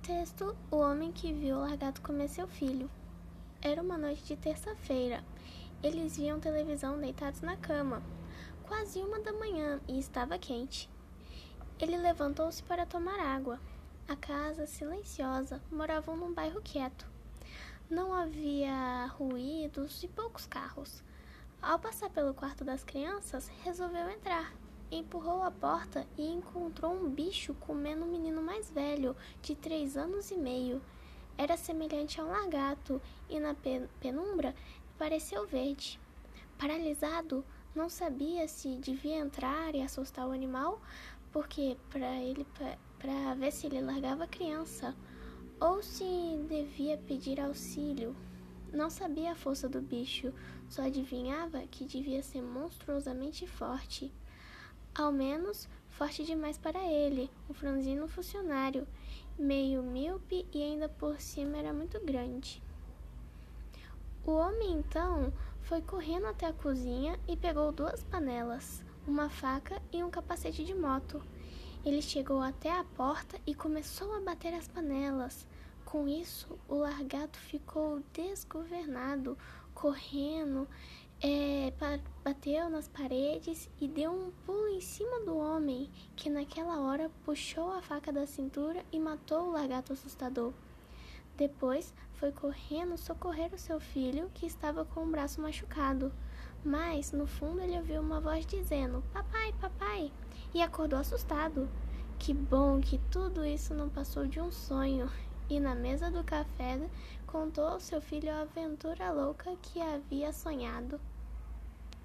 Texto: O homem que viu o lagarto comer seu filho. Era uma noite de terça-feira. Eles viam televisão deitados na cama. Quase 1 da manhã e estava quente. Ele levantou-se para tomar água. A casa, silenciosa, moravam num bairro quieto. Não havia ruídos e poucos carros. Ao passar pelo quarto das crianças, resolveu entrar. Empurrou a porta e encontrou um bicho comendo um menino mais velho, de 3 anos e meio. Era semelhante a um lagarto e na penumbra pareceu verde. Paralisado, não sabia se devia entrar e assustar o animal, porque para ver se ele largava a criança, ou se devia pedir auxílio. Não sabia a força do bicho, só adivinhava que devia ser monstruosamente forte. Ao menos, forte demais para ele, um franzino funcionário, meio míope e ainda por cima era muito grande. O homem, então, foi correndo até a cozinha e pegou 2 panelas, uma faca e um capacete de moto. Ele chegou até a porta e começou a bater as panelas. Com isso, o lagarto ficou desgovernado, correndo, bateu nas paredes e deu um pulo em cima do homem, que naquela hora puxou a faca da cintura e matou o lagarto assustador. Depois foi correndo socorrer o seu filho, que estava com o braço machucado. Mas, no fundo, ele ouviu uma voz dizendo: "Papai, papai!" e acordou assustado. Que bom que tudo isso não passou de um sonho. E na mesa do café contou ao seu filho a aventura louca que havia sonhado.